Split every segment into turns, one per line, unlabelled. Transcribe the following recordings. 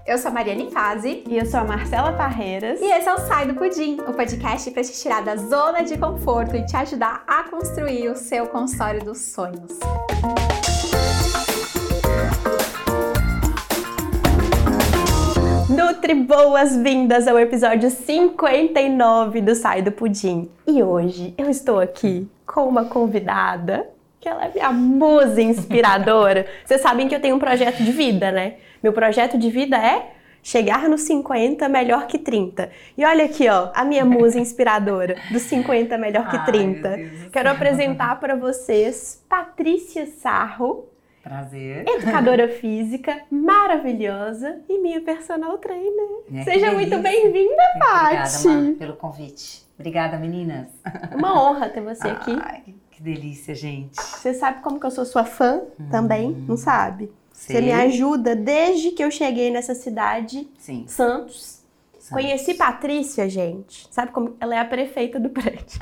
Eu sou a Mariane Fazi.
E eu sou a Marcela Parreiras.
E esse é o Sai do Pudim, o podcast para te tirar da zona de conforto e te ajudar a construir o seu consultório dos sonhos.
Nutri, boas-vindas ao episódio 59 do Sai do Pudim. E hoje eu estou aqui com uma convidada, que ela é minha musa inspiradora. Vocês sabem que eu tenho um projeto de vida, né? Meu projeto de vida é chegar nos 50 melhor que 30. E olha aqui, ó, a minha musa inspiradora dos 50 melhor que 30. Quero apresentar para vocês Patrícia Sarro.
Prazer.
Educadora física, maravilhosa e minha personal trainer. Seja muito
delícia.
Bem-vinda, Paty.
Obrigada, Mar, pelo convite. Obrigada, meninas.
Uma honra ter você aqui.
Ai, que delícia, gente.
Você sabe como que eu sou sua fã também? Não sabe?
Sei.
Você me ajuda desde que eu cheguei nessa cidade,
Sim.
Santos. Conheci Patrícia, gente. Sabe como? Ela é a prefeita do prédio.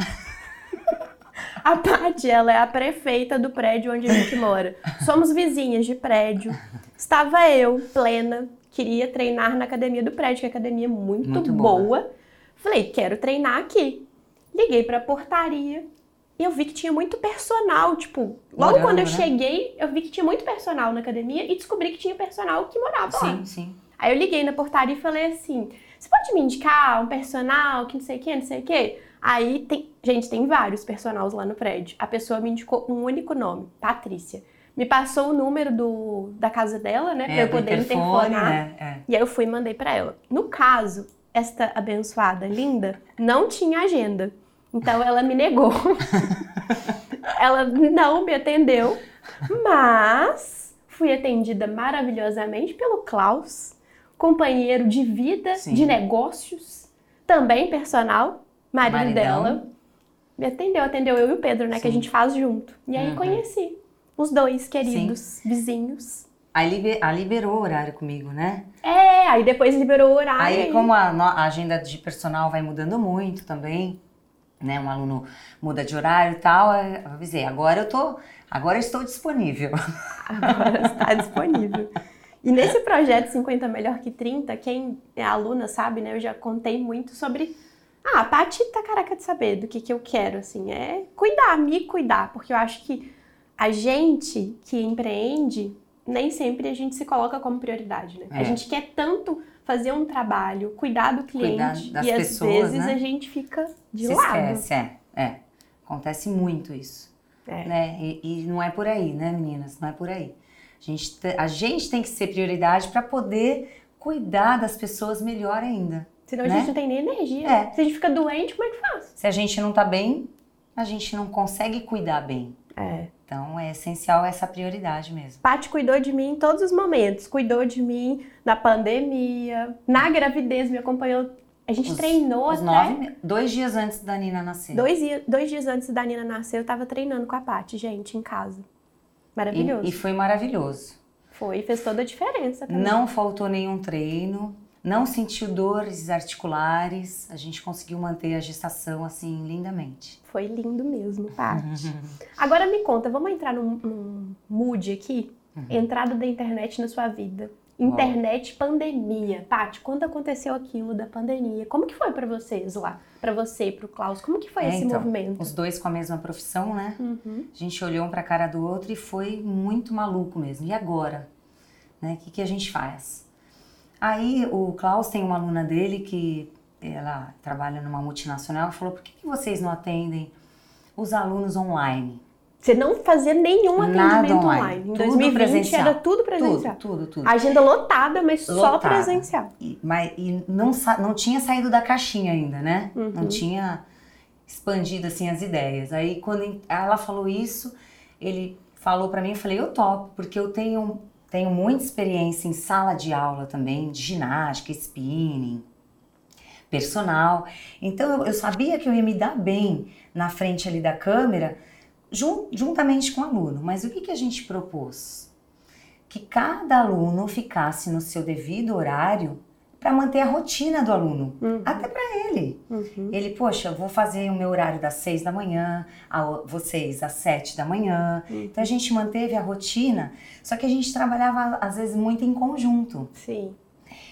A Paty, ela é a prefeita do prédio onde a gente mora. Somos vizinhas de prédio. Estava eu, plena, queria treinar na academia do prédio, que é academia muito boa. Falei, quero treinar aqui. Liguei pra portaria e eu vi que tinha muito personal, tipo... Logo quando eu cheguei, eu vi que tinha muito personal na academia e descobri que tinha personal que morava lá.
Sim, sim.
Aí eu liguei na portaria e falei assim, você pode me indicar um personal que não sei o quê? Aí tem vários personagens lá no prédio. A pessoa me indicou um único nome, Patrícia. Me passou o número da casa dela, né? Pra eu poder interfonar.
Né?
E aí eu fui e mandei pra ela. No caso, esta abençoada linda não tinha agenda. Então ela me negou. Ela não me atendeu. Mas fui atendida maravilhosamente pelo Klaus, companheiro de vida,
Sim.
de negócios, também personal. Marido dela me atendeu eu e o Pedro, né? Sim. Que a gente faz junto. E aí conheci os dois queridos vizinhos.
Aí liberou o horário comigo, né?
Aí depois liberou o horário.
Aí como a agenda de personal vai mudando muito também, né? Um aluno muda de horário e tal, eu avisei, agora estou disponível.
Agora está disponível. E nesse projeto 50 Melhor que 30, quem é aluna sabe, né? Eu já contei muito sobre... a Paty tá careca de saber do que eu quero, assim, é me cuidar, porque eu acho que a gente que empreende, nem sempre a gente se coloca como prioridade, né? A gente quer tanto fazer um trabalho, cuidar do cliente,
das
e às
pessoas,
vezes
né?
a gente fica de
Se
lado.
esquece, acontece muito isso, né? E não é por aí, né, meninas? Não é por aí. A gente tem que ser prioridade para poder cuidar das pessoas melhor ainda.
Senão
né?
a gente não tem nem energia. Se a gente fica doente, como é que faz?
Se a gente não tá bem, a gente não consegue cuidar bem. Então é essencial essa prioridade mesmo.
Paty cuidou de mim em todos os momentos. Cuidou de mim na pandemia, na gravidez, me acompanhou. A gente treinou até...
2 dias antes da Nina nascer.
2 dias antes da Nina nascer, eu tava treinando com a Paty, gente, em casa. Maravilhoso.
E foi maravilhoso.
Fez toda a diferença também.
Não faltou nenhum treino. Não sentiu dores articulares, a gente conseguiu manter a gestação assim lindamente.
Foi lindo mesmo, Paty. Agora me conta, vamos entrar num mood aqui? Entrada da internet na sua vida. Internet, pandemia. Paty, quando aconteceu aquilo da pandemia, como que foi pra vocês lá? Pra você e pro Klaus, como que foi esse movimento?
Os dois com a mesma profissão, né? A gente olhou um pra cara do outro e foi muito maluco mesmo. E agora? Né? O que a gente faz? Aí o Klaus tem uma aluna dele que ela trabalha numa multinacional e falou, por que vocês não atendem os alunos online?
Você não fazia nenhum atendimento online. Em 2020
presencial.
Era tudo presencial.
Tudo.
Agenda lotada, mas só presencial.
E não tinha saído da caixinha ainda, né? Não tinha expandido assim as ideias. Aí quando ela falou isso, ele falou pra mim, eu falei, eu topo, porque eu tenho muita experiência em sala de aula também, de ginástica, spinning, personal. Então eu sabia que eu ia me dar bem na frente ali da câmera, juntamente com o aluno. Mas o que a gente propôs? Que cada aluno ficasse no seu devido horário para manter a rotina do aluno, até para ele. Ele, poxa, eu vou fazer o meu horário das 6 da manhã, vocês às 7 da manhã. Então a gente manteve a rotina, só que a gente trabalhava às vezes muito em conjunto.
Sim.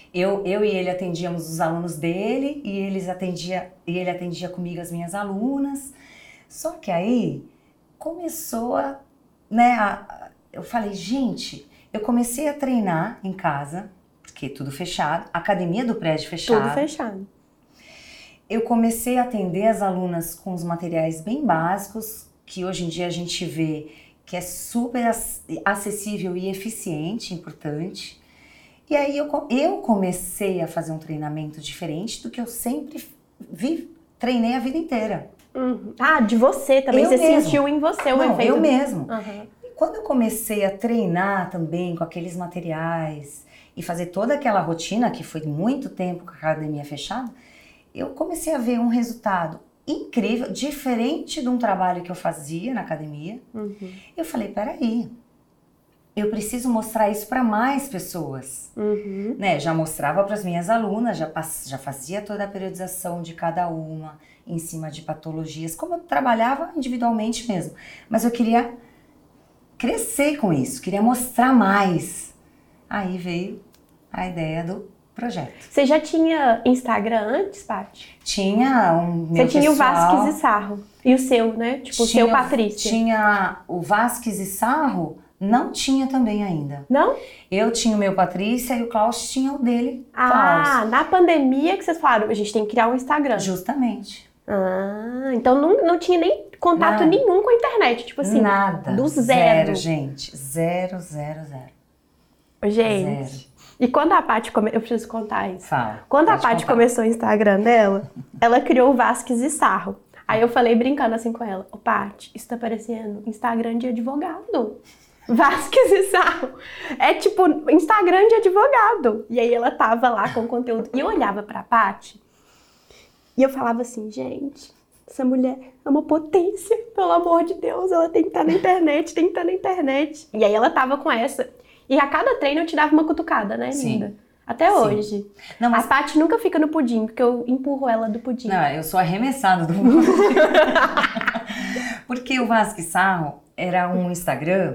Eu e ele atendíamos os alunos dele e ele atendia comigo as minhas alunas. Só que aí começou eu falei, gente, eu comecei a treinar em casa, porque tudo fechado, academia do prédio fechada.
Tudo fechado.
Eu comecei a atender as alunas com os materiais bem básicos, que hoje em dia a gente vê que é super acessível e eficiente, importante. E aí eu comecei a fazer um treinamento diferente do que eu sempre treinei a vida inteira.
Uhum. Ah, de você também, você sentiu em você o efeito.
Eu mesmo.
Uhum.
E quando eu comecei a treinar também com aqueles materiais e fazer toda aquela rotina, que foi muito tempo com a academia fechada, eu comecei a ver um resultado incrível, diferente de um trabalho que eu fazia na academia.
Uhum.
Eu falei, peraí, eu preciso mostrar isso para mais pessoas.
Uhum.
Né? Já mostrava para as minhas alunas, já fazia toda a periodização de cada uma, em cima de patologias, como eu trabalhava individualmente mesmo. Mas eu queria crescer com isso, queria mostrar mais. Aí veio a ideia do projeto.
Você já tinha Instagram antes, Paty?
Tinha um meu
Você tinha
pessoal,
o Vasques e Sarro. E o seu, né? Tipo, o seu Patrícia.
Tinha o Vasques e Sarro, não tinha também ainda.
Não?
Eu tinha o meu Patrícia e o Klaus tinha o dele,
Ah,
Klaus.
na pandemia que vocês falaram, a gente tem que criar um Instagram.
Justamente.
Ah, então não tinha nem contato nenhum com a internet, tipo assim.
Nada.
Do zero.
Gente. Zero.
Gente.
Zero.
E quando a Paty eu preciso contar isso.
Fala.
Quando a
pode
Paty
contar.
começou o Instagram dela, ela criou o Vasques e Sarro. Aí eu falei brincando assim com ela, ô Paty, isso tá parecendo Instagram de advogado. Vasques e Sarro. É tipo Instagram de advogado. E aí ela tava lá com conteúdo. E eu olhava pra Paty e eu falava assim, gente, essa mulher é uma potência, pelo amor de Deus, ela tem que estar na internet, E aí ela tava com essa. E a cada treino eu te dava uma cutucada, né, linda? Sim. Até hoje.
Não, mas...
A Paty nunca fica no pudim, porque eu empurro ela do pudim.
Não, eu sou arremessada do pudim. Porque o Vasques Sarro era um Instagram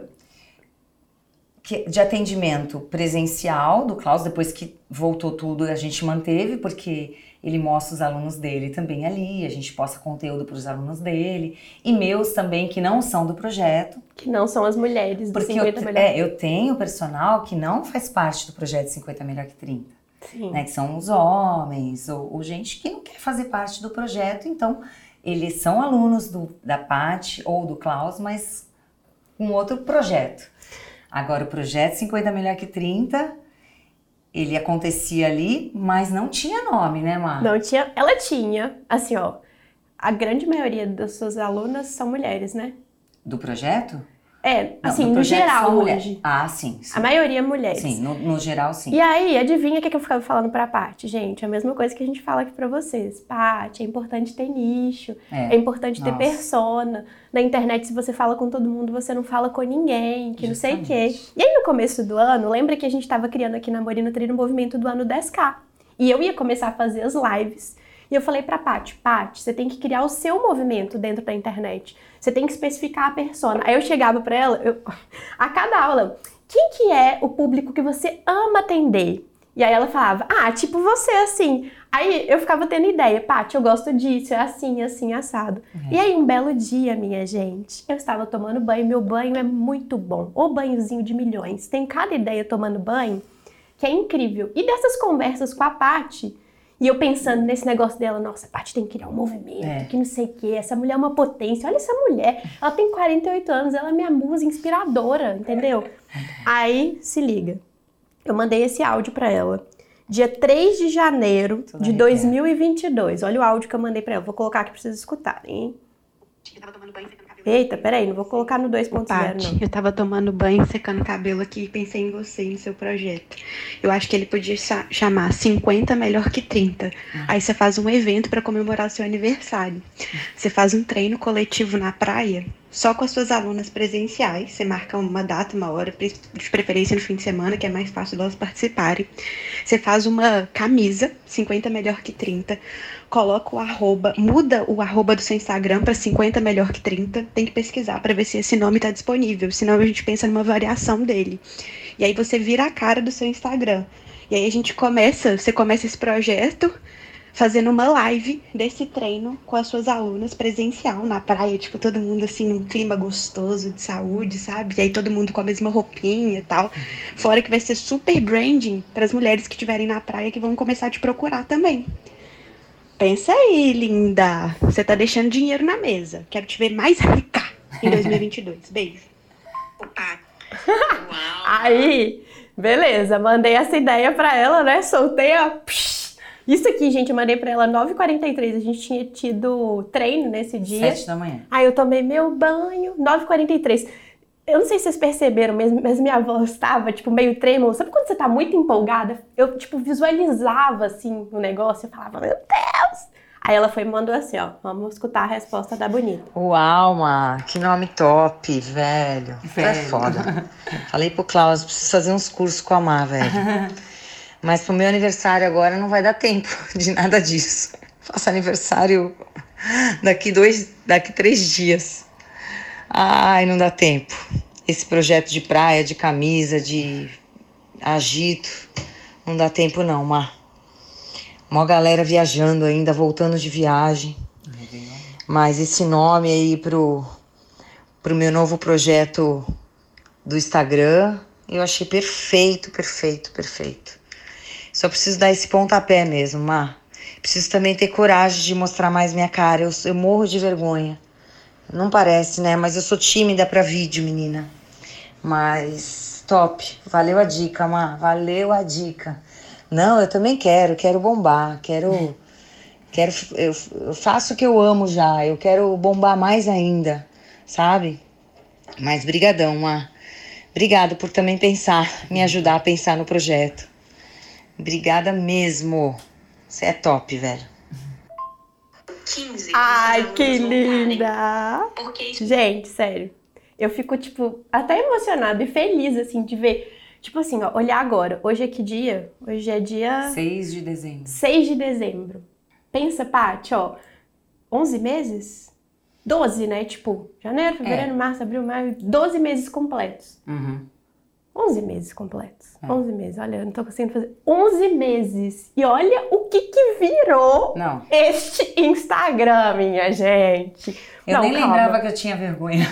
de atendimento presencial do Klaus, depois que voltou tudo, a gente manteve, porque ele mostra os alunos dele também ali, a gente posta conteúdo para os alunos dele, e meus também, que não são do projeto.
Que não são as mulheres do
porque
50 Melhor.
Eu tenho personal que não faz parte do projeto 50 Melhor que 30.
Sim.
Né, que são os homens, ou gente que não quer fazer parte do projeto, então eles são alunos da Paty ou do Klaus, mas com outro projeto. Agora, o projeto 50 Melhor que 30, ele acontecia ali, mas não tinha nome, né, Mar?
Não tinha. Ela tinha, assim, ó, a grande maioria das suas alunas são mulheres, né?
Do projeto?
É,
Não,
assim, no geral hoje.
Ah, sim.
A maioria é mulheres.
Sim, no geral, sim.
E aí, adivinha o que eu ficava falando pra Paty? Gente, a mesma coisa que a gente fala aqui pra vocês. Paty, é importante ter nicho, é importante ter persona. Na internet, se você fala com todo mundo, você não fala com ninguém, que
Justamente.
não sei o quê. E aí, no começo do ano, lembra que a gente tava criando aqui na Morina Trilha o movimento do ano 10K. E eu ia começar a fazer as lives. E eu falei pra Paty, você tem que criar o seu movimento dentro da internet. Você tem que especificar a persona. Aí eu chegava pra ela, a cada aula, quem que é o público que você ama atender? E aí ela falava, tipo você, assim. Aí eu ficava tendo ideia, Paty, eu gosto disso, é assim, assim, assado. E aí um belo dia, minha gente, eu estava tomando banho, meu banho é muito bom. O banhozinho de milhões. Tem cada ideia tomando banho que é incrível. E dessas conversas com a Paty, e eu pensando nesse negócio dela, nossa, a Paty tem que criar um movimento, que não sei o quê, essa mulher é uma potência, olha essa mulher, ela tem 48 anos, ela é minha musa inspiradora, entendeu? Aí, se liga, eu mandei esse áudio pra ela, dia 3 de janeiro de 2022, olha o áudio que eu mandei pra ela, vou colocar aqui pra vocês escutarem, hein?
Eu tava tomando banho, secando cabelo.
Eita, peraí, não vou colocar no 2.0
Paty,
não.
eu tava tomando banho, secando cabelo aqui e pensei em você, no seu projeto. Eu acho que ele podia chamar 50 Melhor que 30. Aí você faz um evento pra comemorar o seu aniversário. Você faz um treino coletivo na praia, só com as suas alunas presenciais. Você marca uma data, uma hora, de preferência no fim de semana, que é mais fácil delas participarem. Você faz uma camisa, 50 Melhor que 30, coloca o arroba, muda o arroba do seu Instagram para 50 Melhor que 30, tem que pesquisar para ver se esse nome está disponível, senão a gente pensa numa variação dele. E aí você vira a cara do seu Instagram. E aí você começa esse projeto fazendo uma live desse treino com as suas alunas presencial na praia, tipo, todo mundo assim, num clima gostoso de saúde, sabe? E aí todo mundo com a mesma roupinha e tal. Fora que vai ser super branding para as mulheres que estiverem na praia que vão começar a te procurar também. Pensa aí, linda. Você tá deixando dinheiro na mesa. Quero te ver mais rica em 2022. Beijo.
Opa. Uau.
Aí, beleza, mandei essa ideia pra ela, né? Soltei a... Isso aqui, gente, eu mandei pra ela 9h43. A gente tinha tido treino nesse dia.
7 da manhã.
Aí eu tomei meu banho, 9h43. Eu não sei se vocês perceberam, mas minha voz tava, tipo, meio trêmula. Sabe quando você tá muito empolgada? Eu, tipo, visualizava, assim, o negócio. Eu falava, meu Deus! Aí ela foi e mandou assim, ó. Vamos escutar a resposta da Bonita.
Uau, Má, que nome top, velho. É foda. Falei pro Klaus, preciso fazer uns cursos com a Má, velho. Mas pro meu aniversário agora não vai dar tempo de nada disso. Faço aniversário daqui 3 dias. Ai, não dá tempo. Esse projeto de praia, de camisa, de agito, não dá tempo não, Má. Mó galera viajando ainda, voltando de viagem. Mas esse nome aí pro meu novo projeto do Instagram, eu achei perfeito. Só preciso dar esse pontapé mesmo, Má. Preciso também ter coragem de mostrar mais minha cara. Eu morro de vergonha. Não parece, né? Mas eu sou tímida pra vídeo, menina. Mas top. Valeu a dica, Má. Valeu a dica. Não, eu também quero bombar. Eu faço o que eu amo já. Eu quero bombar mais ainda, sabe? Mas brigadão, Má. Obrigada por também me ajudar a pensar no projeto. Obrigada mesmo. Você é top, velho.
15.
Ai, que linda!
Porque isso...
Gente, sério. Eu fico, tipo, até emocionada e feliz, assim, de ver. Tipo assim, ó, olhar agora. Hoje é que dia? Hoje é dia...
6 de dezembro.
6 de dezembro. Pensa, Paty, ó. 11 meses? 12, né? Tipo, janeiro, fevereiro, março, abril, maio. 12 meses completos.
Uhum.
11 meses completos. 11 meses. Olha, eu não tô conseguindo fazer. 11 meses. E olha o que virou este Instagram, minha gente.
Eu nem lembrava que eu tinha vergonha.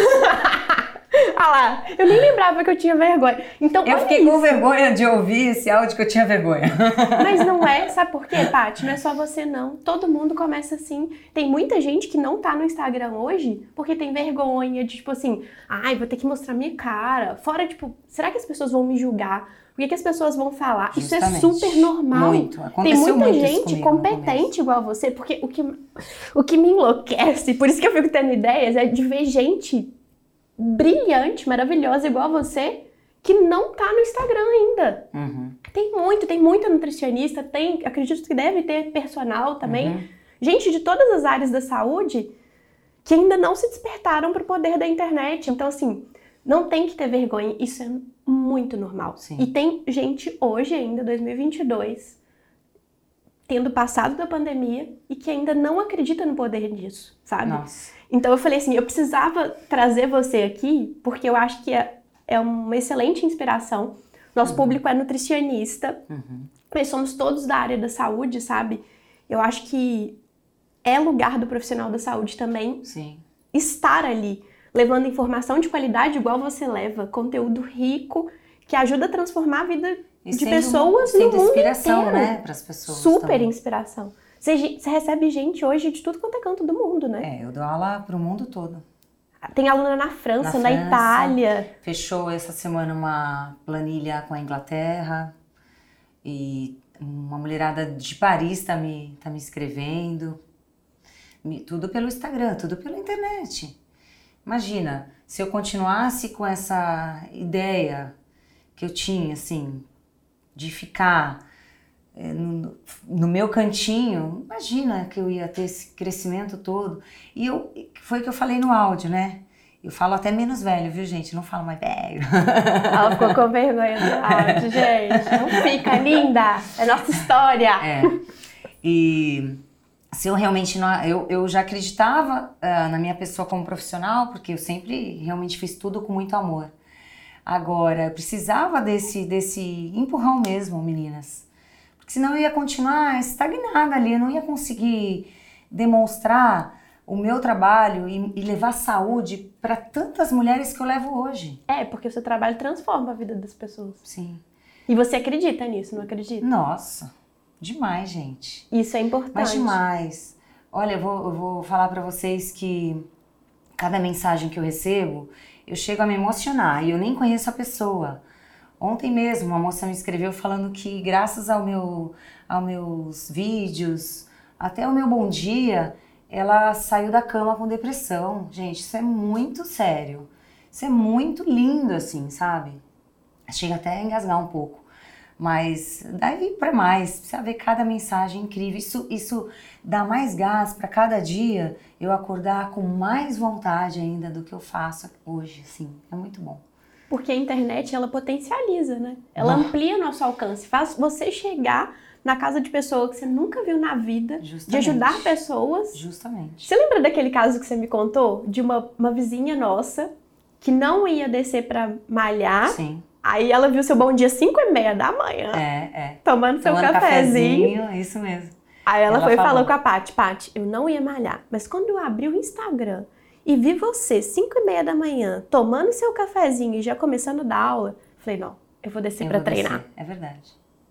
Ah lá, eu nem lembrava que eu tinha vergonha. Então,
eu fiquei com vergonha de ouvir esse áudio que eu tinha vergonha.
Mas não é, sabe por quê, Paty? Não é só você não. Todo mundo começa assim. Tem muita gente que não tá no Instagram hoje porque tem vergonha de, tipo assim, ai, vou ter que mostrar minha cara. Fora, tipo, será que as pessoas vão me julgar? O que as pessoas vão falar?
Justamente.
Isso é super normal.
Muito. Aconteceu
tem muita
muito
gente competente igual você, porque o que me enlouquece, por isso que eu fico tendo ideias, é de ver gente brilhante, maravilhosa igual você, que não tá no Instagram ainda.
Uhum.
Tem muita nutricionista, acredito que deve ter personal também. Uhum. Gente de todas as áreas da saúde que ainda não se despertaram pro poder da internet. Então, assim, não tem que ter vergonha. Isso é muito normal.
Sim.
E tem gente hoje ainda, 2022, tendo passado da pandemia e que ainda não acredita no poder disso, sabe?
Nossa.
Então eu falei assim, eu precisava trazer você aqui, porque eu acho que é uma excelente inspiração. Nosso público é nutricionista, nós somos todos da área da saúde, sabe? Eu acho que é lugar do profissional da saúde também estar ali, levando informação de qualidade igual você leva, conteúdo rico, que ajuda a transformar a vida de pessoas no mundo
inspiração,
inteiro.
né, para as pessoas.
Super
também.
Inspiração. Você recebe gente hoje de tudo quanto é canto do mundo, né?
Eu dou aula pro mundo todo.
Tem aluna na França, na Itália.
Fechou essa semana uma planilha com a Inglaterra. E uma mulherada de Paris tá me escrevendo. Tudo pelo Instagram, tudo pela internet. Imagina, se eu continuasse com essa ideia que eu tinha, assim, de ficar no meu cantinho, imagina que eu ia ter esse crescimento todo. E foi o que eu falei no áudio, né? Eu falo até menos velho, viu, gente? Não falo mais velho.
Ela ficou com vergonha do áudio, gente. Não fica, linda. É nossa história.
E se eu realmente não... Eu já acreditava na minha pessoa como profissional, porque eu sempre realmente fiz tudo com muito amor. Agora, eu precisava desse empurrão mesmo, meninas. Porque senão eu ia continuar estagnada ali, eu não ia conseguir demonstrar o meu trabalho e levar saúde para tantas mulheres que eu levo hoje.
Porque o seu trabalho transforma a vida das pessoas.
Sim.
E você acredita nisso, não acredita?
Nossa, demais, gente.
Isso é importante.
Mas demais. Olha, eu vou falar para vocês que cada mensagem que eu recebo, eu chego a me emocionar e eu nem conheço a pessoa. Ontem mesmo, uma moça me escreveu falando que graças aos meus vídeos, até o meu bom dia, ela saiu da cama com depressão. Gente, isso é muito sério. Isso é muito lindo, assim, sabe? Chega até a engasgar um pouco. Mas daí pra mais, precisa ver cada mensagem incrível. Isso dá mais gás para cada dia eu acordar com mais vontade ainda do que eu faço hoje, assim. É muito bom.
Porque a internet, ela potencializa, né? Ela amplia nosso alcance, faz você chegar na casa de pessoas que você nunca viu na vida,
Justamente.
de ajudar pessoas.
Justamente.
Você lembra daquele caso que você me contou? De uma vizinha nossa que não ia descer pra malhar.
Sim.
Aí ela viu seu bom dia 5h30 da manhã. Tomando seu cafezinho.
Isso mesmo.
Aí ela foi e falou com a Paty, eu não ia malhar, mas quando eu abri o Instagram e vi você 5h30 da manhã tomando seu cafezinho e já começando a dar aula, falei, não, eu vou descer pra treinar.
É verdade.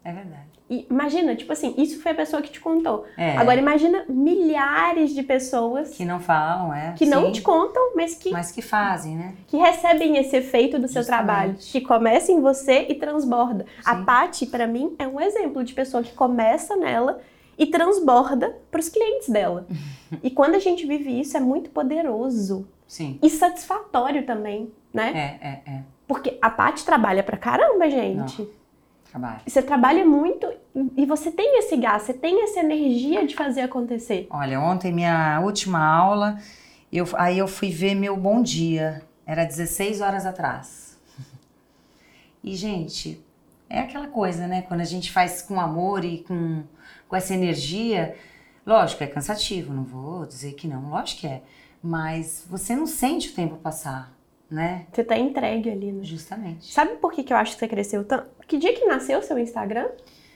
E imagina, tipo assim, isso foi a pessoa que te contou. Agora imagina milhares de pessoas
que não falam,
que não te contam, mas
que fazem, né?
Que recebem esse efeito do seu trabalho, que começa em você e transborda.
Sim.
A Paty, pra mim, é um exemplo de pessoa que começa nela e transborda pros clientes dela. E quando a gente vive isso, é muito poderoso.
Sim.
E satisfatório também, né? Porque a Paty trabalha pra caramba, gente.
Não. Trabalho.
Você trabalha muito e você tem esse gás, você tem essa energia de fazer acontecer.
Olha, ontem minha última aula, aí eu fui ver meu bom dia. Era 16 horas atrás. E, gente, é aquela coisa, né? Quando a gente faz com amor e com essa energia, lógico, é cansativo, não vou dizer que não, lógico que é. Mas você não sente o tempo passar, né?
Você tá entregue ali, né?
Justamente.
Sabe por que eu acho que você cresceu tanto? Que dia que nasceu o seu Instagram?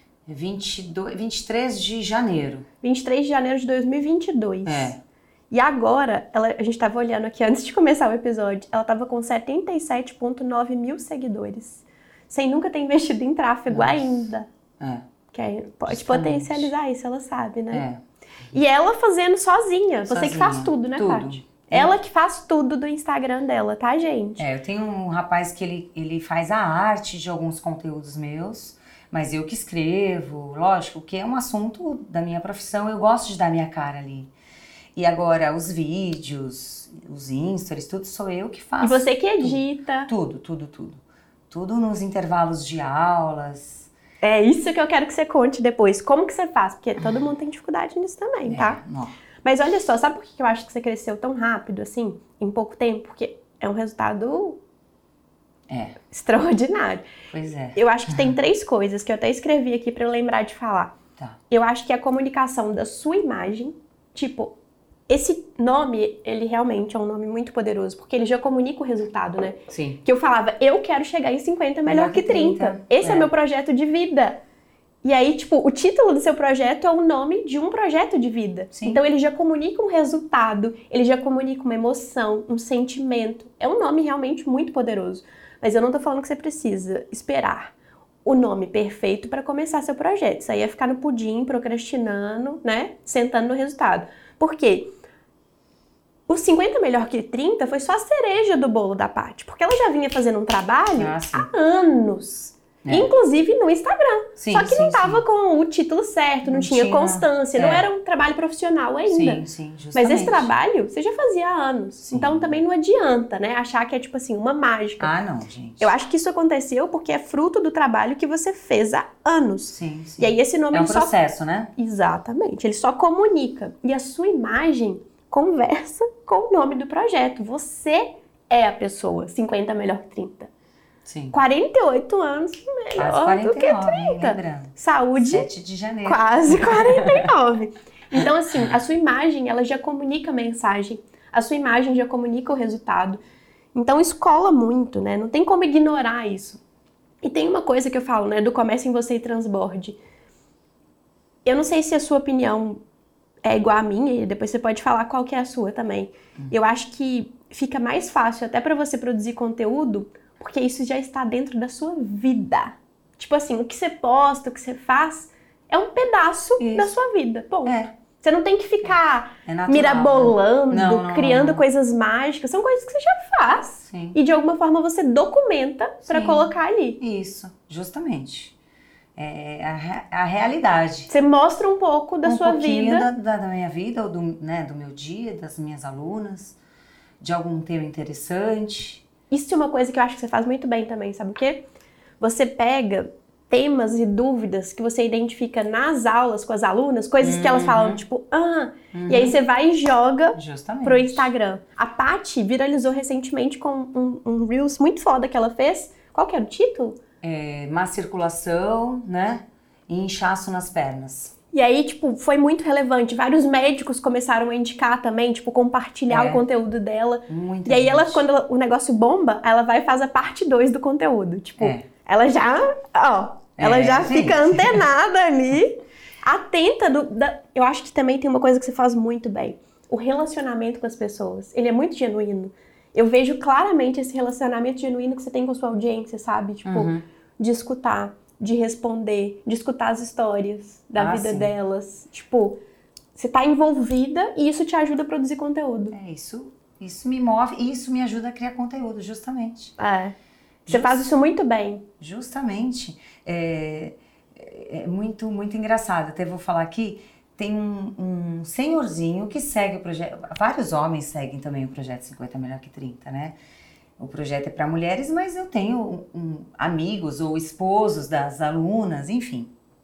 23 de janeiro.
23 de janeiro de 2022. E agora, a gente tava olhando aqui antes de começar o episódio, ela tava com 77,9 mil seguidores. Sem nunca ter investido em tráfego ainda. Que pode potencializar isso, ela sabe, né? E ela fazendo sozinha. Você que faz tudo, né, Paty? Ela que faz tudo do Instagram dela, tá, gente?
Eu tenho um rapaz que ele faz a arte de alguns conteúdos meus, mas eu que escrevo, lógico, que é um assunto da minha profissão, eu gosto de dar minha cara ali. E agora, os vídeos, os stories, tudo sou eu que faço.
E você que edita.
Tudo. Tudo nos intervalos de aulas.
É isso que eu quero que você conte depois. Como que você faz? Porque todo mundo tem dificuldade nisso também, tá?
Não.
Mas olha só, sabe por que eu acho que você cresceu tão rápido, assim, em pouco tempo? Porque é um resultado extraordinário.
Pois é.
Eu acho que tem 3 coisas que eu até escrevi aqui pra eu lembrar de falar.
Tá.
Eu acho que a comunicação da sua imagem, tipo, esse nome, ele realmente é um nome muito poderoso, porque ele já comunica o resultado, né?
Sim.
Que eu falava, eu quero chegar em 50 melhor que 30. Esse é o meu projeto de vida. E aí, tipo, o título do seu projeto é o nome de um projeto de vida.
Sim.
Então, ele já comunica um resultado, ele já comunica uma emoção, um sentimento. É um nome realmente muito poderoso. Mas eu não tô falando que você precisa esperar o nome perfeito para começar seu projeto. Isso aí é ficar no pudim, procrastinando, né? Sentando no resultado. Por quê? O 50 melhor que 30 foi só a cereja do bolo da Paty. Porque ela já vinha fazendo um trabalho há anos. Inclusive no Instagram. Só que não tava com o título certo, não tinha constância, não era um trabalho profissional ainda.
Sim, justamente.
Mas esse trabalho você já fazia há anos. Então também não adianta, né, achar que é tipo assim, uma mágica.
Não, gente.
Eu acho que isso aconteceu porque é fruto do trabalho que você fez há anos.
Sim.
E aí esse nome
é um processo, né?
Exatamente. Ele só comunica. E a sua imagem conversa com o nome do projeto. Você é a pessoa 50 melhor que 30.
Sim.
48 anos melhor do que 30.
Lembrando.
Saúde.
7 de janeiro.
Quase 49. Então, assim, a sua imagem, ela já comunica a mensagem. A sua imagem já comunica o resultado. Então escola muito, né? Não tem como ignorar isso. E tem uma coisa que eu falo, né? Do comece em você e transborde. Eu não sei se a sua opinião é igual à minha, e depois você pode falar qual que é a sua também. Eu acho que fica mais fácil até pra você produzir conteúdo, porque isso já está dentro da sua vida. Tipo assim, o que você posta, o que você faz, é um pedaço da sua vida. Bom, você não tem que ficar mirabolando,
não,
criando coisas mágicas. São coisas que você já faz.
Sim.
E de alguma forma você documenta pra colocar ali.
Isso, justamente. É a realidade.
Você mostra um pouco da sua vida.
Da minha vida, ou do meu dia, das minhas alunas, de algum tema interessante.
Isso é uma coisa que eu acho que você faz muito bem também, sabe o quê? Você pega temas e dúvidas que você identifica nas aulas com as alunas, coisas que elas falam, tipo, e aí você vai e joga pro Instagram. A Paty viralizou recentemente com um Reels muito foda que ela fez. Qual que era o título?
Má circulação, né? E inchaço nas pernas.
E aí, tipo, foi muito relevante. Vários médicos começaram a indicar também, tipo, compartilhar o conteúdo dela.
Muita
e aí,
gente.
quando o negócio bomba, ela vai e faz a parte 2 do conteúdo. Tipo, ela já, ela já fica antenada ali, atenta. Eu acho que também tem uma coisa que você faz muito bem. O relacionamento com as pessoas. Ele é muito genuíno. Eu vejo claramente esse relacionamento genuíno que você tem com a sua audiência, sabe? Tipo, de escutar, de responder, de escutar as histórias da vida delas. Tipo, você tá envolvida e isso te ajuda a produzir conteúdo.
Isso me move e isso me ajuda a criar conteúdo, justamente.
Você faz isso muito bem.
Justamente. É muito, muito engraçado. Até vou falar aqui, tem um senhorzinho que segue o projeto. Vários homens seguem também o projeto 50 Melhor que 30, né? O projeto é para mulheres, mas eu tenho amigos ou esposos das alunas, enfim.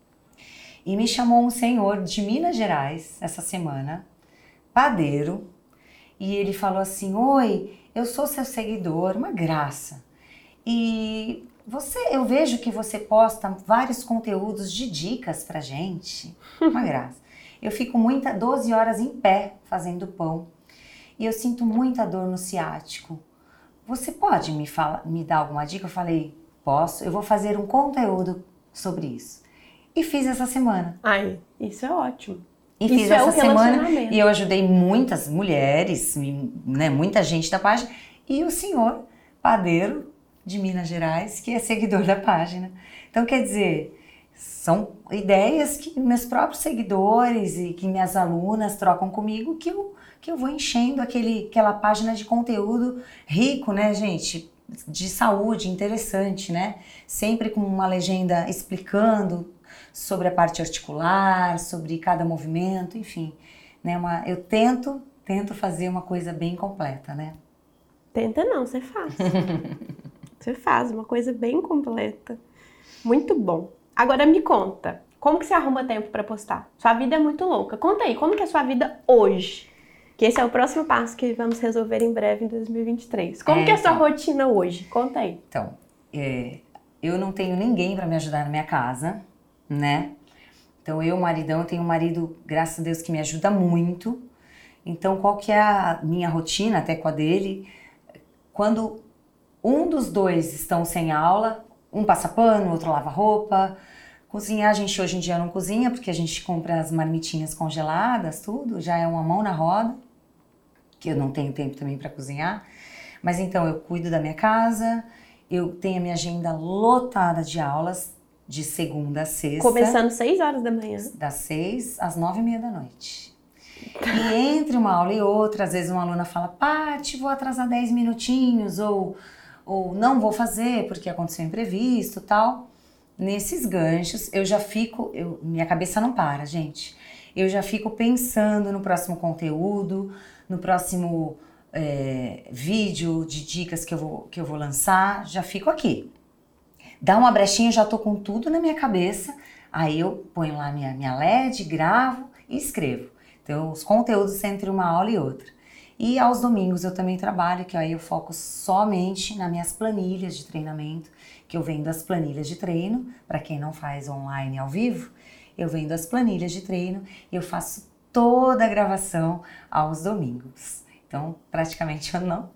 E me chamou um senhor de Minas Gerais essa semana, padeiro, e ele falou assim: oi, eu sou seu seguidor, uma graça. E eu vejo que você posta vários conteúdos de dicas pra gente, uma graça. Eu fico 12 horas em pé fazendo pão e eu sinto muita dor no ciático. Você pode me dar alguma dica? Eu falei, posso, eu vou fazer um conteúdo sobre isso. E fiz essa semana.
Isso é ótimo.
E fiz essa semana e eu ajudei muitas mulheres, né, muita gente da página. E o senhor padeiro de Minas Gerais, que é seguidor da página. Então, quer dizer, são ideias que meus próprios seguidores e que minhas alunas trocam comigo que eu vou enchendo aquela página de conteúdo rico, né, gente? De saúde, interessante, né? Sempre com uma legenda explicando sobre a parte articular, sobre cada movimento, enfim. Né? Eu tento fazer uma coisa bem completa, né?
Tenta não, você faz. Você faz uma coisa bem completa. Muito bom. Agora me conta, como que você arruma tempo pra postar? Sua vida é muito louca. Conta aí, como que é a sua vida hoje? Que esse é o próximo passo que vamos resolver em breve, em 2023. Como que é a sua rotina hoje? Conta aí.
Então, eu não tenho ninguém pra me ajudar na minha casa, né? Então, eu tenho um marido, graças a Deus, que me ajuda muito. Então, qual que é a minha rotina, até com a dele? Quando um dos dois estão sem aula, um passa pano, o outro lava roupa. Cozinhar, a gente hoje em dia não cozinha, porque a gente compra as marmitinhas congeladas, tudo. Já é uma mão na roda, que eu não tenho tempo também para cozinhar. Mas então, eu cuido da minha casa, eu tenho a minha agenda lotada de aulas, de segunda a sexta.
Começando 6 horas da manhã.
Das 6 às 9h30 da noite. E entre uma aula e outra, às vezes uma aluna fala, Paty, vou atrasar 10 minutinhos, ou não vou fazer porque aconteceu um imprevisto e tal. Nesses ganchos, eu já fico, minha cabeça não para, gente. Eu já fico pensando no próximo conteúdo, no próximo vídeo de dicas que eu vou lançar, já fico aqui. Dá uma brechinha, já tô com tudo na minha cabeça, aí eu ponho lá minha LED, gravo e escrevo. Então, os conteúdos entre uma aula e outra. E aos domingos eu também trabalho, que aí eu foco somente nas minhas planilhas de treinamento, que eu vendo as planilhas de treino, para quem não faz online ao vivo, eu vendo as planilhas de treino e eu faço toda a gravação aos domingos. Então, praticamente eu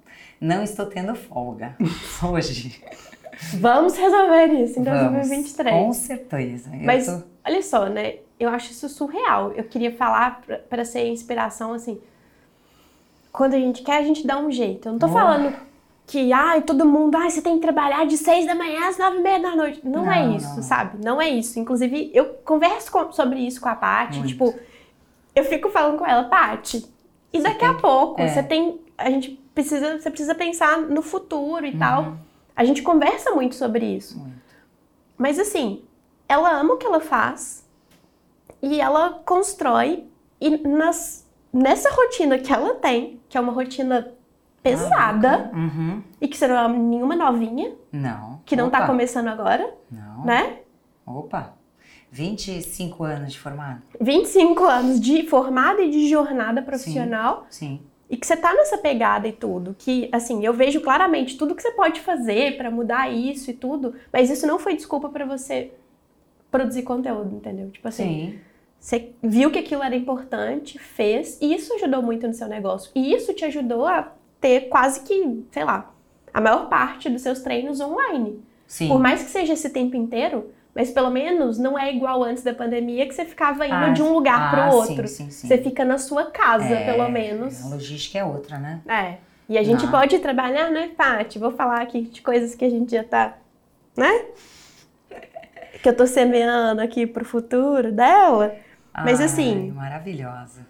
Não estou tendo folga hoje.
Vamos resolver isso em 2023.
Com certeza.
Mas, olha só, né? Eu acho isso surreal. Eu queria falar para ser inspiração, assim... Quando a gente quer, a gente dá um jeito. Eu não tô falando que, todo mundo... você tem que trabalhar de 6 da manhã às 9h30 da noite. Não é isso, sabe? Não é isso. Inclusive, eu converso sobre isso com a Paty.
Muito.
Tipo, eu fico falando com ela, Paty, e daqui a pouco, você precisa pensar no futuro e tal. A gente conversa muito sobre isso.
Muito.
Mas assim, ela ama o que ela faz e ela constrói. E nessa rotina que ela tem, que é uma rotina pesada, e que você não é nenhuma novinha, que não tá começando agora, né?
Opa! 25 anos de formada.
25 anos de formada e de jornada profissional.
Sim.
E que você tá nessa pegada e tudo. Que, assim, eu vejo claramente tudo que você pode fazer pra mudar isso e tudo. Mas isso não foi desculpa pra você produzir conteúdo, entendeu? Tipo assim, você viu que aquilo era importante, fez. E isso ajudou muito no seu negócio. E isso te ajudou a ter quase que, sei lá, a maior parte dos seus treinos online.
Sim.
Por mais que seja esse tempo inteiro... Mas pelo menos não é igual antes da pandemia que você ficava indo de um lugar pro outro.
Sim.
Você fica na sua casa, pelo menos.
A logística é outra, né?
E a gente pode trabalhar, né, Paty? Vou falar aqui de coisas que a gente já tá, né? Que eu tô semeando aqui pro futuro dela. Mas assim...
Maravilhosa.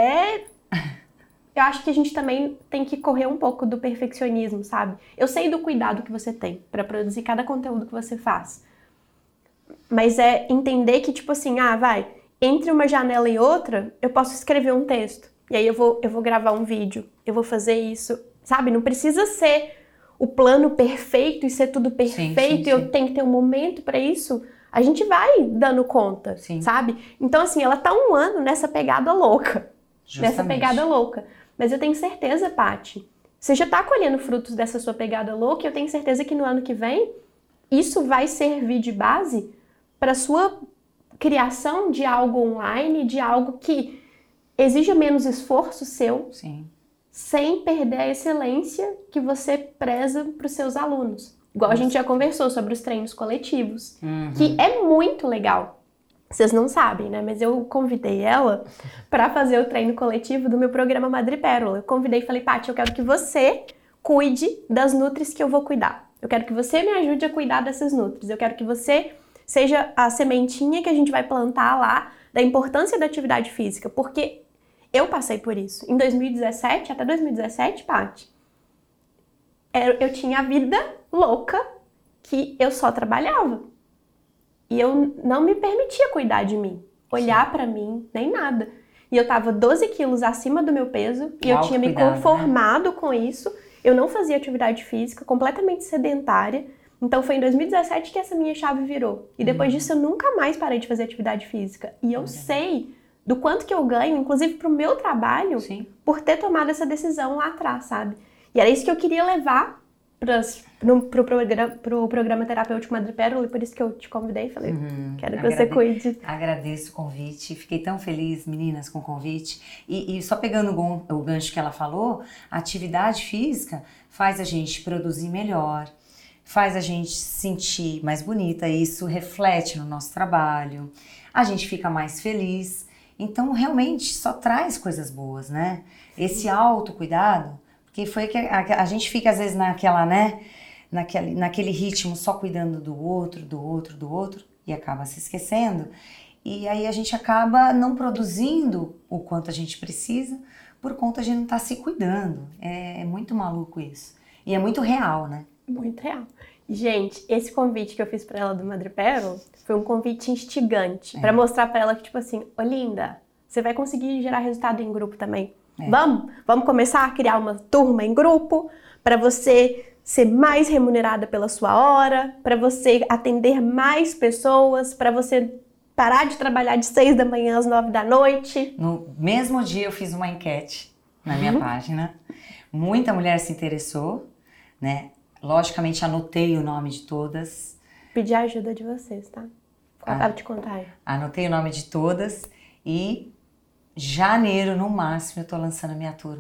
Eu acho que a gente também tem que correr um pouco do perfeccionismo, sabe? Eu sei do cuidado que você tem pra produzir cada conteúdo que você faz. Mas é entender que, tipo assim, entre uma janela e outra, eu posso escrever um texto. E aí eu vou gravar um vídeo. Eu vou fazer isso, sabe? Não precisa ser o plano perfeito e ser tudo perfeito. E eu tenho que ter um momento pra isso. A gente vai dando conta, sabe? Então, assim, ela tá 1 ano nessa pegada louca.
Justamente.
Nessa pegada louca. Mas eu tenho certeza, Paty, você já tá colhendo frutos dessa sua pegada louca. E eu tenho certeza que no ano que vem, isso vai servir de base para sua criação de algo online, de algo que exija menos esforço seu, sem perder a excelência que você preza para os seus alunos. Igual a gente já conversou sobre os treinos coletivos, que é muito legal. Vocês não sabem, né? Mas eu convidei ela para fazer o treino coletivo do meu programa Madrepérola. Eu convidei e falei, Paty, eu quero que você cuide das nutris que eu vou cuidar. Eu quero que você me ajude a cuidar dessas nutris. Eu quero que você seja a sementinha que a gente vai plantar lá da importância da atividade física. Porque eu passei por isso. Em 2017, até 2017, Paty, eu tinha a vida louca que eu só trabalhava. E eu não me permitia cuidar de mim, olhar pra mim, nem nada. E eu tava 12 quilos acima do meu peso e eu tinha me conformado com isso. Eu não fazia atividade física, completamente sedentária. Então foi em 2017 que essa minha chave virou. E depois disso eu nunca mais parei de fazer atividade física. E eu sei do quanto que eu ganho, inclusive pro meu trabalho, por ter tomado essa decisão lá atrás, sabe? E era isso que eu queria levar pro programa terapêutico Madrepérola, e por isso que eu te convidei e falei, quero que você cuide.
Agradeço o convite, fiquei tão feliz, meninas, com o convite. E só pegando o gancho que ela falou, a atividade física faz a gente produzir melhor, faz a gente se sentir mais bonita, e isso reflete no nosso trabalho, a gente fica mais feliz. Então, realmente, só traz coisas boas, né? Esse autocuidado, porque foi que a gente fica, às vezes, naquele ritmo só cuidando do outro, e acaba se esquecendo. E aí a gente acaba não produzindo o quanto a gente precisa, por conta de não estar se cuidando. É muito maluco isso. E é muito real, né?
Muito real. Gente, esse convite que eu fiz pra ela do Madrepérola foi um convite instigante, pra mostrar pra ela que, tipo assim, ô linda, você vai conseguir gerar resultado em grupo também. Vamos começar a criar uma turma em grupo para você ser mais remunerada pela sua hora, para você atender mais pessoas, para você parar de trabalhar de 6 da manhã às 9 da noite.
No mesmo dia eu fiz uma enquete na minha página. Muita mulher se interessou, né? Logicamente anotei o nome de todas.
Pedi a ajuda de vocês, tá? Vou te contar.
Anotei o nome de todas e janeiro, no máximo, eu tô lançando a minha turma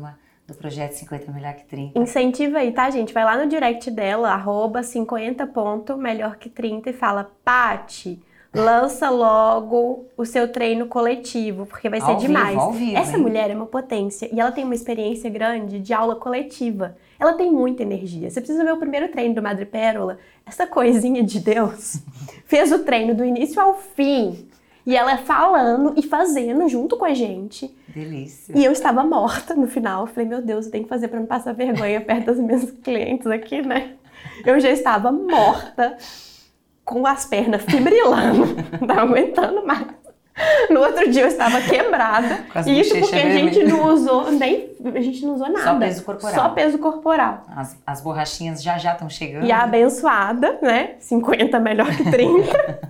do projeto 50 Melhor que 30.
Incentiva aí, tá, gente? Vai lá no direct dela, @50.melhorque30 e fala, Paty, lança logo o seu treino coletivo, porque vai ser
Ao
demais.
vivo, ao vivo,
Essa
hein?
mulher é uma potência e ela tem uma experiência grande de aula coletiva. Ela tem muita energia. Você precisa ver o primeiro treino do Madre Pérola. Essa coisinha de Deus fez o treino do início ao fim. E ela falando e fazendo junto com a gente.
Delícia.
E eu estava morta no final. Eu falei, meu Deus, eu tenho que fazer pra não passar vergonha perto das minhas clientes aqui, né? Eu já estava morta, com as pernas fibrilando, não tava aguentando mais. No outro dia eu estava quebrada.
Com as
E isso porque
bochechas
a gente
vermelhas.
não usou nada.
Só peso corporal.
Só peso corporal.
As borrachinhas já estão chegando.
E a abençoada, né? 50 melhor que 30.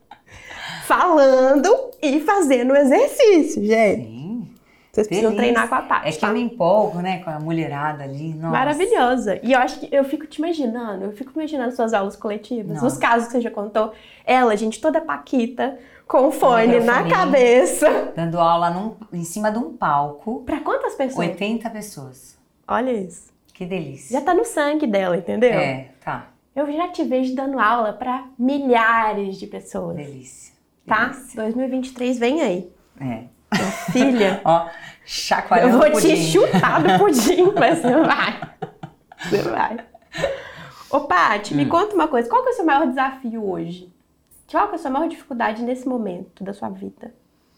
Falando e fazendo exercício, gente.
Sim.
Vocês precisam
Delícia.
treinar com a Paty.
É que eu me empolgo, né, com a mulherada ali. Nossa.
Maravilhosa. E eu acho que eu fico imaginando suas aulas coletivas,
Nossa.
os casos que você já contou. Ela, gente, toda paquita, com o fone na
microfoninho.
cabeça.
Dando aula em cima de um palco.
Pra quantas pessoas?
80 pessoas.
Olha isso.
Que delícia.
Já tá no sangue dela, entendeu?
É, tá.
Eu já te vejo dando aula pra milhares de pessoas.
Delícia.
Tá?
Delícia.
2023 vem aí.
É.
Minha filha,
Ó, chacoalhando
eu vou
o pudim.
te chutar do pudim, mas você vai. Você vai. Ô, Paty, me conta uma coisa. Qual que é o seu maior desafio hoje? Qual que é a sua maior dificuldade nesse momento da sua vida?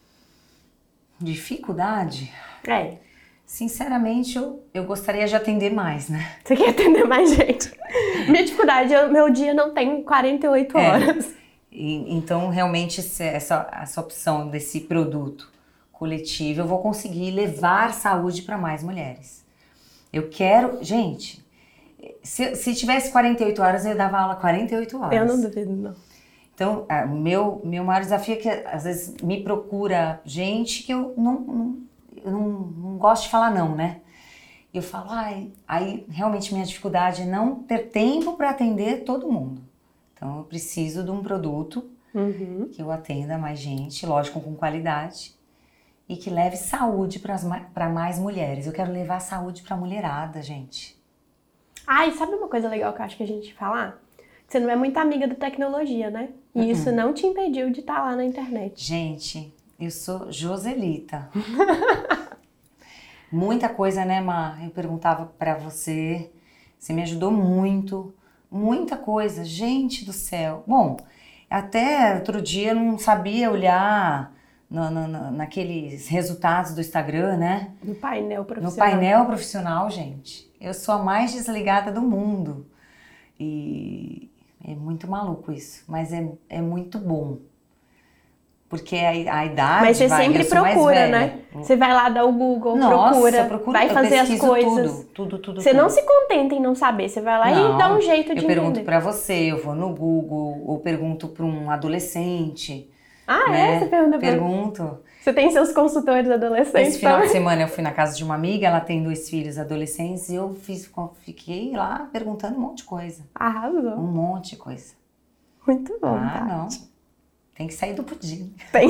Dificuldade?
É.
Sinceramente, eu gostaria de atender mais, né?
Você quer atender mais gente? Minha dificuldade é meu dia não tem 48 horas.
Então, realmente, essa opção desse produto coletivo, eu vou conseguir levar saúde para mais mulheres. Eu quero... Gente, se tivesse 48 horas, eu dava aula 48 horas.
Eu não duvido, não.
Então, o meu maior desafio é que, às vezes, me procura gente que eu não gosto de falar não, né? Eu falo, aí realmente minha dificuldade é não ter tempo para atender todo mundo. Então, eu preciso de um produto que eu atenda mais gente, lógico, com qualidade, e que leve saúde para mais mulheres. Eu quero levar saúde para a mulherada, gente.
E sabe uma coisa legal que eu acho que a gente falar? Você não é muito amiga da tecnologia, né? E isso não te impediu de estar lá na internet.
Gente, eu sou Joselita. Muita coisa, né, Má? Eu perguntava pra você, você me ajudou muito, muita coisa, gente do céu. Bom, até outro dia eu não sabia olhar naqueles resultados do Instagram, né?
No painel profissional.
No painel profissional, gente. Eu sou a mais desligada do mundo. E é muito maluco isso, mas é muito bom. Porque a idade.
Mas você
vai,
sempre
eu sou mais
procura,
velha.
né? Você vai lá dar o Google,
Nossa,
vai fazer as coisas.
Tudo.
Você não se contenta em não saber, você vai lá e dá um jeito de
Eu pergunto
entender.
pra você, eu vou no Google, ou pergunto pra um adolescente.
Né? Você pergunta pra...
Pergunto.
Você tem seus consultores adolescentes
Esse final
também?
de semana eu fui na casa de uma amiga, ela tem 2 filhos adolescentes, e eu fiquei lá perguntando um monte de coisa.
Arrasou.
Um monte de coisa.
Muito bom, tá?
Não. Tem que sair do pudim.
Tem.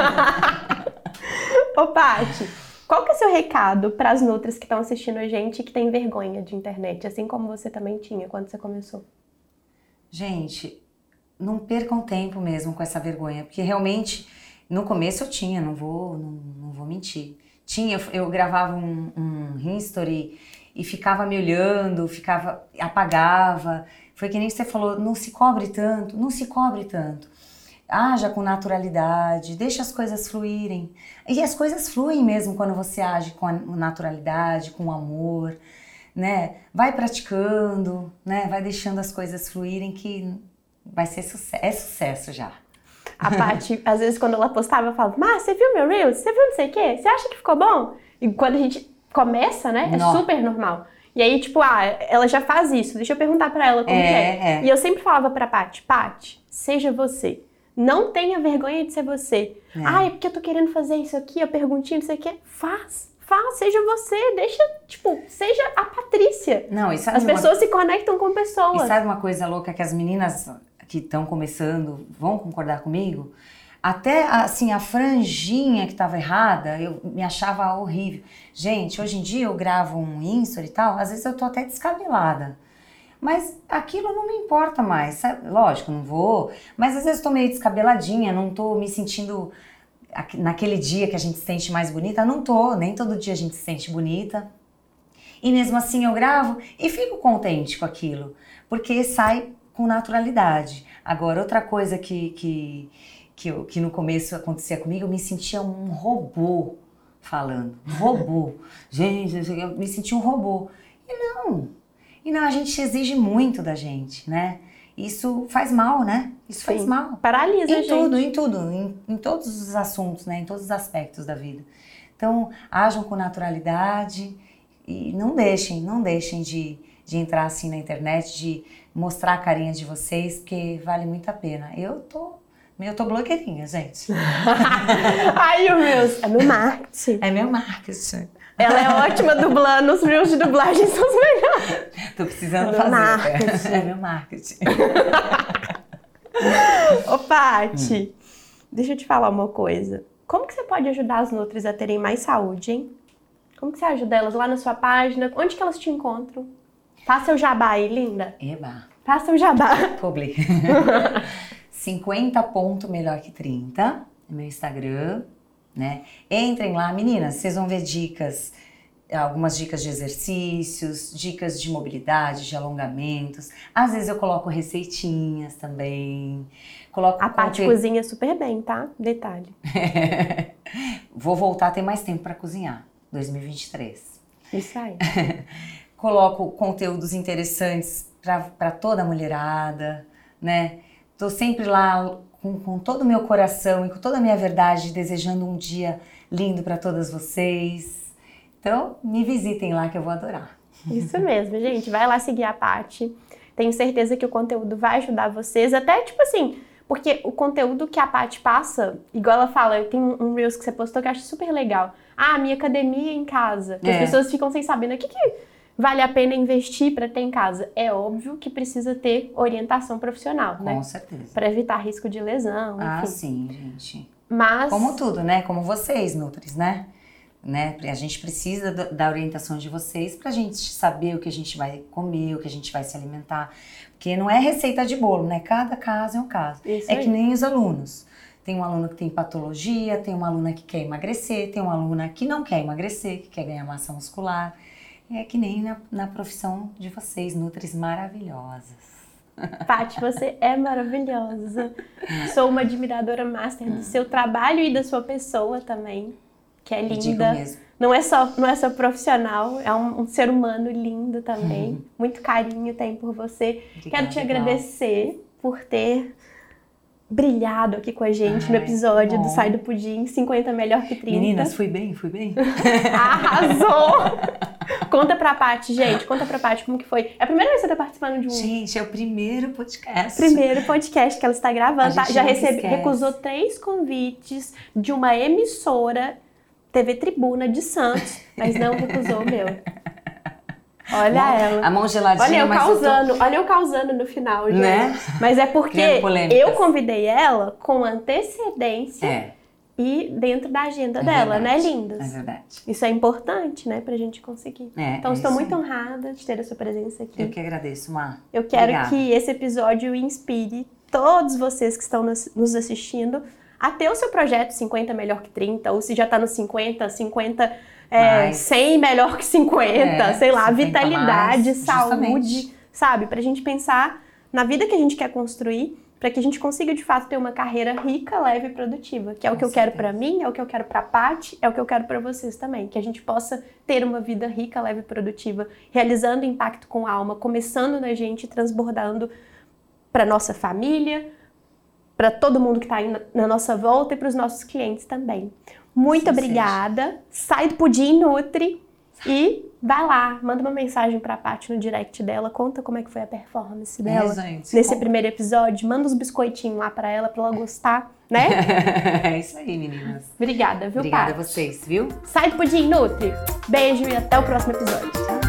Ô, Paty, qual que é o seu recado para as nutris que estão assistindo a gente e que tem vergonha de internet, assim como você também tinha quando você começou?
Gente, não percam tempo mesmo com essa vergonha, porque realmente no começo eu tinha, não vou mentir. Eu gravava um history e ficava me olhando, apagava. Foi que nem você falou, não se cobre tanto. Haja com naturalidade, deixa as coisas fluírem. E as coisas fluem mesmo quando você age com a naturalidade, com amor, né? Vai praticando, né? Vai deixando as coisas fluírem que vai ser sucesso já.
A Paty, às vezes quando ela postava, eu falava, Mas, você viu meu Reels? Você viu não sei o quê? Você acha que ficou bom? E quando a gente começa, né? É super normal. E aí, tipo, ela já faz isso. Deixa eu perguntar pra ela como que é. E eu sempre falava pra Paty, seja você. Não tenha vergonha de ser você. É porque eu tô querendo fazer isso aqui, a perguntinha, não sei o quê. Faz, seja você. Seja a Patrícia.
Não, e sabe
as pessoas se conectam com pessoas.
E sabe uma coisa louca que as meninas que estão começando vão concordar comigo? Até, assim, a franjinha que tava errada, eu me achava horrível. Gente, hoje em dia eu gravo um Insta e tal, às vezes eu tô até descabelada. Mas aquilo não me importa mais, sabe? Lógico, não vou. Mas às vezes tô meio descabeladinha, não tô me sentindo... Naquele dia que a gente se sente mais bonita, não tô. Nem todo dia a gente se sente bonita. E mesmo assim eu gravo e fico contente com aquilo. Porque sai com naturalidade. Agora, outra coisa que no começo acontecia comigo, eu me sentia um robô falando. Robô. Gente, eu me sentia um robô. E não, a gente exige muito da gente, né? Isso faz mal, né? Isso faz mal.
Paralisa a gente.
Em tudo, em todos os assuntos, né? Em todos os aspectos da vida. Então, ajam com naturalidade e não deixem de entrar assim na internet, de mostrar a carinha de vocês, porque vale muito a pena. Eu tô blogueirinha, gente.
Ai, o Reels. É meu marketing.
É meu marketing.
Ela é ótima dublando, os Reels de dublagem são os melhores.
Tô precisando fazer.
Marketing.
É meu marketing.
Ô, Paty, deixa eu te falar uma coisa. Como que você pode ajudar as nutris a terem mais saúde, hein? Como que você ajuda elas lá na sua página? Onde que elas te encontram? Faça o jabá aí, linda.
Eba.
Faça o jabá.
Publi. 50 ponto melhor que 30 no meu Instagram, né? Entrem lá, meninas, vocês vão ver dicas, algumas dicas de exercícios, dicas de mobilidade, de alongamentos. Às vezes eu coloco receitinhas também.
A Paty cozinha super bem, tá? Detalhe.
Vou voltar a ter mais tempo para cozinhar, 2023.
Isso aí.
Coloco conteúdos interessantes para toda a mulherada, né? Tô sempre lá com todo o meu coração e com toda a minha verdade, desejando um dia lindo para todas vocês. Então, me visitem lá que eu vou adorar.
Isso mesmo, gente. Vai lá seguir a Paty. Tenho certeza que o conteúdo vai ajudar vocês. Até, tipo assim, porque o conteúdo que a Paty passa, igual ela fala, tem um Reels que você postou que eu acho super legal. Ah, minha academia em casa. Que as pessoas ficam sem saber, né? O que vale a pena investir para ter em casa? É óbvio que precisa ter orientação profissional, né?
Com certeza.
Para evitar risco de lesão, enfim.
Ah, sim, gente.
Mas...
Como tudo, né? Como vocês, Nutris, né? A gente precisa da orientação de vocês pra gente saber o que a gente vai comer, o que a gente vai se alimentar. Porque não é receita de bolo, né? Cada caso é um caso.
Isso
é
aí.
Que nem os alunos. Tem um aluno que tem patologia, tem uma aluna que quer emagrecer, tem uma aluna que não quer emagrecer, que quer ganhar massa muscular. É que nem na profissão de vocês, Nutris maravilhosas.
Paty, você é maravilhosa. Sou uma admiradora master do seu trabalho e da sua pessoa também, que é linda.
Mesmo.
Não é só profissional, é um ser humano lindo também. Muito carinho tem por você.
Obrigada,
Quero te agradecer por ter brilhado aqui com a gente no episódio do Sai do Pudim, 50 melhor que 30.
Meninas, fui bem?
Arrasou! Conta pra Paty, gente, como que foi. É a primeira vez que você tá participando de um...
Gente, é o primeiro podcast.
Primeiro podcast que ela está gravando, tá? Já
esquece.
recusou 3 convites de uma emissora, TV Tribuna de Santos, mas não recusou o meu. Olha ela.
A mão geladinha,
Olha eu causando no final, gente.
Né?
Mas é porque eu convidei ela com antecedência e dentro da agenda dela,
verdade,
né, lindas?
É verdade.
Isso é importante, né, pra gente conseguir. Então, estou muito
aí.
honrada de ter a sua presença aqui.
Eu que agradeço, Má.
Eu quero
Obrigada.
que esse episódio inspire todos vocês que estão nos assistindo a ter o seu projeto 50 melhor que 30, ou se já tá no 50, 100 melhor que 50, sei lá, vitalidade,
mais,
saúde,
justamente.
sabe? Pra gente pensar na vida que a gente quer construir, pra que a gente consiga de fato ter uma carreira rica, leve e produtiva, que é o que eu quero pra mim, é o que eu quero pra Paty, é o que eu quero pra vocês também, que a gente possa ter uma vida rica, leve e produtiva, realizando impacto com a alma, começando na gente, transbordando pra nossa família, para todo mundo que está aí na nossa volta e para os nossos clientes também. Muito obrigada. Sai do Pudim Nutri e vai lá, manda uma mensagem para a Paty no direct dela, conta como é que foi a performance dela nesse primeiro episódio, manda uns biscoitinhos lá para ela gostar, né?
É isso aí, meninas.
Obrigada, viu,
Obrigada
Paty?
a vocês, viu?
Sai do Pudim Nutri. Beijo e até o próximo episódio.